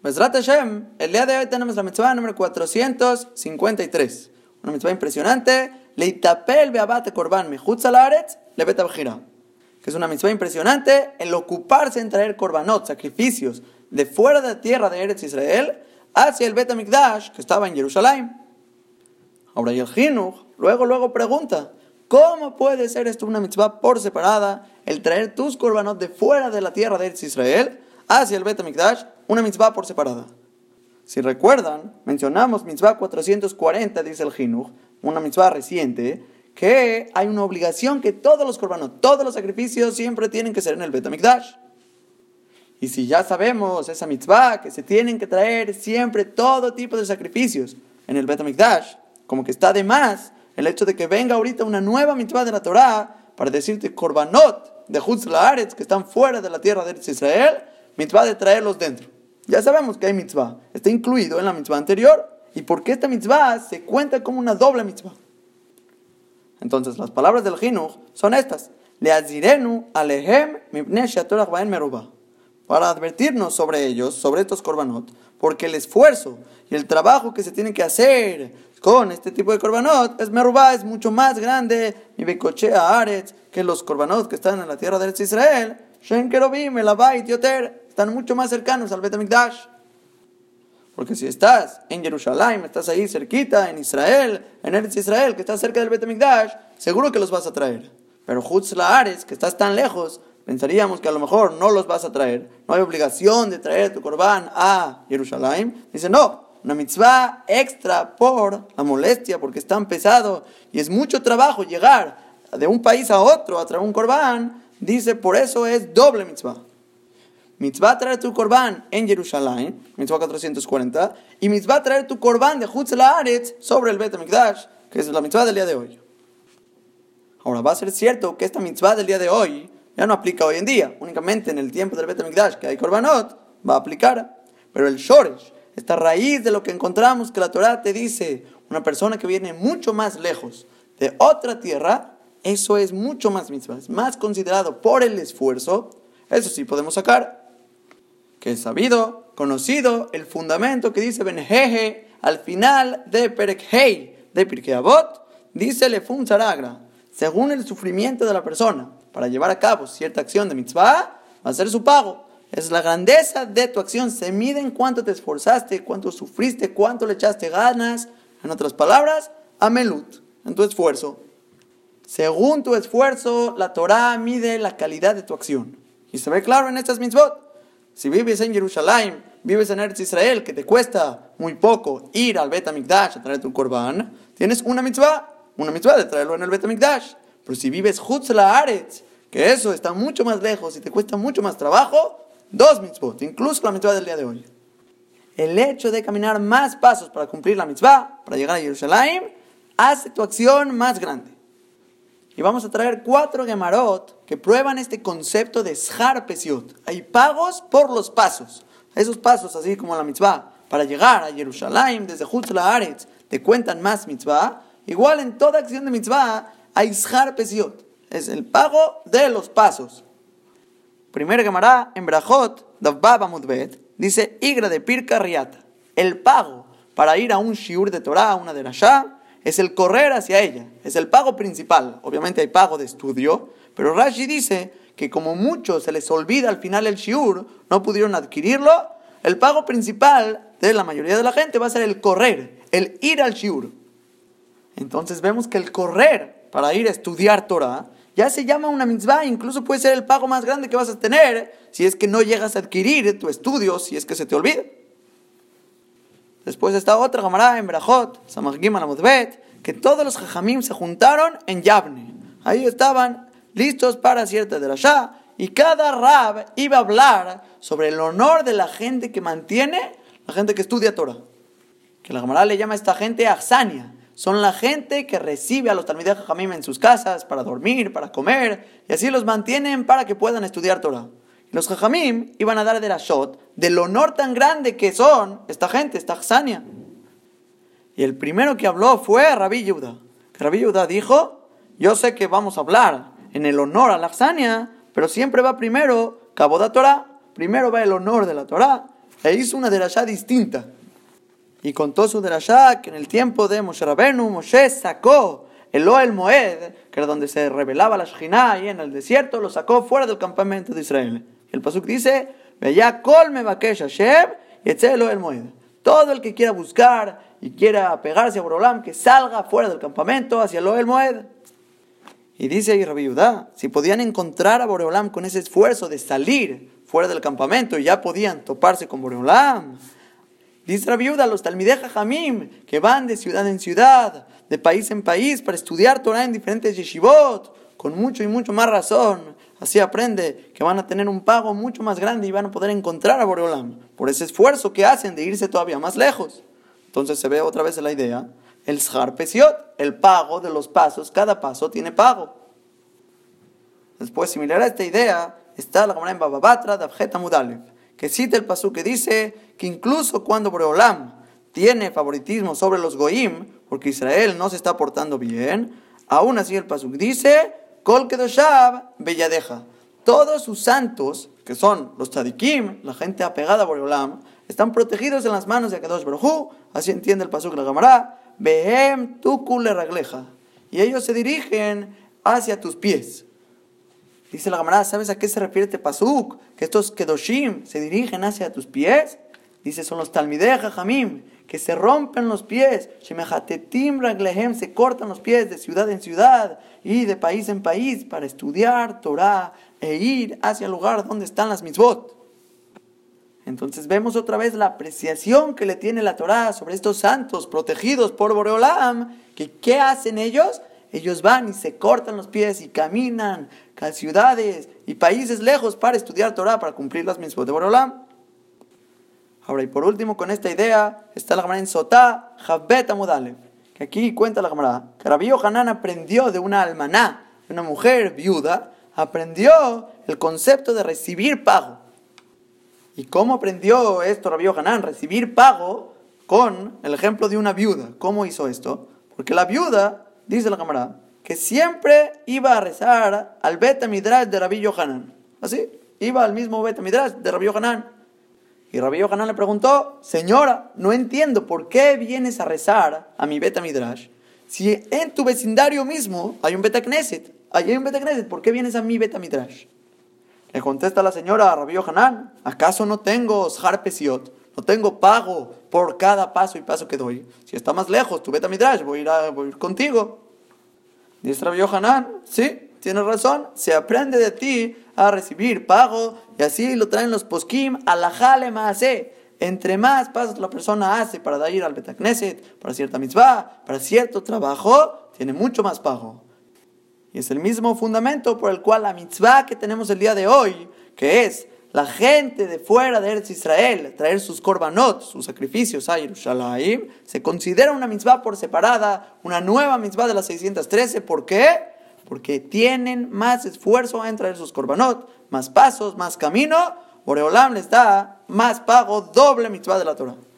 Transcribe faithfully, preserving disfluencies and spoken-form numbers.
Bezrat Hashem, el día de hoy tenemos la mitzvah número cuatrocientos cincuenta y tres. Una mitzvah impresionante. Leitapel beabate korban mechutz haaretz lebet habchira. Que es una mitzvah impresionante el ocuparse en traer korbanot, sacrificios, de fuera de la tierra de Eretz Israel hacia el Bet HaMikdash que estaba en Jerusalén. Ahora y el Jinuj luego luego pregunta, ¿cómo puede ser esto una mitzvah por separada, el traer tus korbanot de fuera de la tierra de Eretz Israel hacia el Bet HaMikdash, una mitzvah por separada? Si recuerdan, mencionamos mitzvah cuatrocientos cuarenta, dice el Jinuj, una mitzvah reciente, que hay una obligación que todos los korbanot, todos los sacrificios siempre tienen que ser en el Bet HaMikdash. Y si ya sabemos esa mitzvah, que se tienen que traer siempre todo tipo de sacrificios en el Bet HaMikdash, como que está de más el hecho de que venga ahorita una nueva mitzvah de la Torah para decirte korbanot de Chutz La'aretz que están fuera de la tierra de Israel, mitzvah de traerlos dentro. Ya sabemos que hay mitzvah, está incluido en la mitzvah anterior, y porque esta mitzvah se cuenta como una doble mitzvah. Entonces las palabras del Jinuj son estas: Leazirenu alehem mipnei she'atorach bahen merubah, para advertirnos sobre ellos, sobre estos korbanot, porque el esfuerzo y el trabajo que se tiene que hacer con este tipo de korbanot es merubah, es mucho más grande, mi bekoche haaretz, que los korbanot que están en la tierra de Israel, shen kerubim el abait yoter, están mucho más cercanos al Bet HaMikdash. Porque si estás en Jerusalén, estás ahí cerquita, en Israel, en Eretz Israel, que estás cerca del Bet HaMikdash, seguro que los vas a traer. Pero Chutz La'aretz, que estás tan lejos, pensaríamos que a lo mejor no los vas a traer. No hay obligación de traer tu corbán a Jerusalén. Dice, no, una mitzvah extra por la molestia, porque es tan pesado y es mucho trabajo llegar de un país a otro a traer un corbán. Dice, por eso es doble mitzvah. Mitzvah traer tu corbán en Jerusalén, mitzvah cuatrocientos cuarenta, y mitzvah traer tu corbán de Chutz La'aretz sobre el Bet HaMikdash, que es la mitzvah del día de hoy. Ahora, va a ser cierto que esta mitzvah del día de hoy ya no aplica hoy en día, únicamente en el tiempo del Bet HaMikdash, que hay korbanot, va a aplicar. Pero el shoresh, esta raíz de lo que encontramos que la Torah te dice, una persona que viene mucho más lejos de otra tierra, eso es mucho más mitzvah, es más considerado por el esfuerzo. Eso sí podemos sacar, que es sabido, conocido, el fundamento que dice Ben Jeje al final de Perek Hei de Pirkei Avot, dice Lefum Zaragra, según el sufrimiento de la persona para llevar a cabo cierta acción de mitzvah, va a ser su pago. Es la grandeza de tu acción, se mide en cuánto te esforzaste, cuánto sufriste, cuánto le echaste ganas, en otras palabras, amelut, en tu esfuerzo. Según tu esfuerzo, la Torah mide la calidad de tu acción. Y se ve claro en estas mitzvot. Si vives en Jerusalén, vives en Eretz Israel, que te cuesta muy poco ir al Bet HaMikdash a traer tu corbán, tienes una mitzvah, una mitzvah de traerlo en el Bet HaMikdash. Pero si vives Chutz La'aretz, que eso está mucho más lejos y te cuesta mucho más trabajo, dos mitzvot, incluso la mitzvah del día de hoy. El hecho de caminar más pasos para cumplir la mitzvah, para llegar a Jerusalén, hace tu acción más grande. Y vamos a traer cuatro gemarot que prueban este concepto de Shar Pesiot. Hay pagos por los pasos. Esos pasos, así como la mitzvah, para llegar a Jerusalén desde Chutz La'aretz, te cuentan más mitzvah. Igual en toda acción de mitzvah hay Shar Pesiot. Es el pago de los pasos. Primer gemará en Brajot, Dav Bab Amud Bet, dice Igra de Pirka Riata. El pago para ir a un shiur de Torah, una derashá, es el correr hacia ella, es el pago principal. Obviamente hay pago de estudio, pero Rashi dice que como muchos se les olvida al final el shiur, no pudieron adquirirlo, el pago principal de la mayoría de la gente va a ser el correr, el ir al shiur. Entonces vemos que el correr para ir a estudiar Torah ya se llama una mitzvah, incluso puede ser el pago más grande que vas a tener si es que no llegas a adquirir tu estudio, si es que se te olvida. Después está otra Gamará en Berajot, Samach Gimel Amud Bet, que todos los jajamim se juntaron en Yavne. Ahí estaban listos para cierta derashá, y cada rab iba a hablar sobre el honor de la gente que mantiene, la gente que estudia Torah. Que la Gamará le llama a esta gente Achsania. Son la gente que recibe a los talmidei jajamim en sus casas para dormir, para comer, y así los mantienen para que puedan estudiar Torah. Los jajamim iban a dar derashot del honor tan grande que son esta gente, esta Achsania. Y el primero que habló fue Rabbi Yehuda. Rabbi Yehuda dijo, yo sé que vamos a hablar en el honor a la Achsania, pero siempre va primero Kabod HaTorah, primero va el honor de la Torah. e hizo una derashá distinta. Y contó su derashá que en el tiempo de Moshe Rabenu, Moshe sacó el Ohel Moed, que era donde se revelaba la Shejina, y en el desierto lo sacó fuera del campamento de Israel. Y el pasuk dice, Veya kol mevakesh Hashem, yetze el Ohel Moed. Todo el que quiera buscar y quiera apegarse a Borolam, que salga fuera del campamento hacia el Ohel Moed. Y dice ahí Rabbi Yudá, si podían encontrar a Boreolam con ese esfuerzo de salir fuera del campamento y ya podían toparse con Boreolam. Dice Rabbi Yudá, los Talmidei Jajamim, que van de ciudad en ciudad, de país en país, para estudiar Torah en diferentes yeshivot, con mucho y mucho más razón. Así aprende que van a tener un pago mucho más grande y van a poder encontrar a Boreolam, por ese esfuerzo que hacen de irse todavía más lejos. Entonces se ve otra vez la idea, el Shar Pesiot, el pago de los pasos, cada paso tiene pago. Después, similar a esta idea, está la Gemara en Baba Batra, Davjet Amud Aleph, que cita el pasuk que dice que incluso cuando Boreolam tiene favoritismo sobre los Goim, porque Israel no se está portando bien, aún así el pasuk dice, Kol Kedoshav Beyadeja. Todos sus santos, que son los tzadikim, la gente apegada a Boreolam, están protegidos en las manos de Kadosh Baruj Hu. Así entiende el pasuk de la Gemara, Behem tuku leragleja, y ellos se dirigen hacia tus pies. Dice la Gemara, ¿sabes a qué se refiere este pasuk? Que estos kedoshim se dirigen hacia tus pies. Dice, son los talmidei jajamim, que se rompen los pies, shemechatetim raglehem, se cortan los pies de ciudad en ciudad y de país en país para estudiar Torah e ir hacia el lugar donde están las mitzvot. Entonces vemos otra vez la apreciación que le tiene la Torah sobre estos santos protegidos por Boreolam, que ¿qué hacen ellos? Ellos van y se cortan los pies y caminan a ciudades y países lejos para estudiar Torah, para cumplir las mitzvot de Boreolam. Ahora, y por último, con esta idea, está la Gemara en Sotá, Javbet Amud Aleph, que aquí cuenta la Gemara, que Rabbi Yohanan aprendió de una almaná, de una mujer viuda, aprendió el concepto de recibir pago. ¿Y cómo aprendió esto Rabbi Yohanan? Recibir pago con el ejemplo de una viuda. ¿Cómo hizo esto? Porque la viuda, dice la Gemara, que siempre iba a rezar al Bet Midrash de Rabbi Yohanan. Así, iba al mismo Bet Midrash de Rabbi Yohanan. Y Rabbi Yohanan le preguntó, señora, no entiendo por qué vienes a rezar a mi Bet Midrash si en tu vecindario mismo hay un Bet Knesset. Allí hay un Bet Knesset, ¿por qué vienes a mi Bet Midrash? Le contesta la señora a Rabbi Yohanan, ¿acaso no tengo Shar Pesiot? No tengo pago por cada paso y paso que doy. Si está más lejos, tu Bet Midrash, voy a ir, a, voy a ir contigo. Dice Rabbi Yohanan, sí, tienes razón, se aprende de ti a recibir pago, y así lo traen los poskim, alajá le maaseh. Entre más pasos la persona hace para ir al Bet Knesset, para cierta mitzvah, para cierto trabajo, tiene mucho más pago. Y es el mismo fundamento por el cual la mitzvah que tenemos el día de hoy, que es la gente de fuera de Eretz Israel, traer sus korbanot, sus sacrificios a Yerushalayim, se considera una mitzvah por separada, una nueva mitzvah de las seiscientos trece. ¿Por qué? Porque tienen más esfuerzo en traer sus korbanot, más pasos, más camino. Boreolam les da más pago, doble mitzvah de la Torah.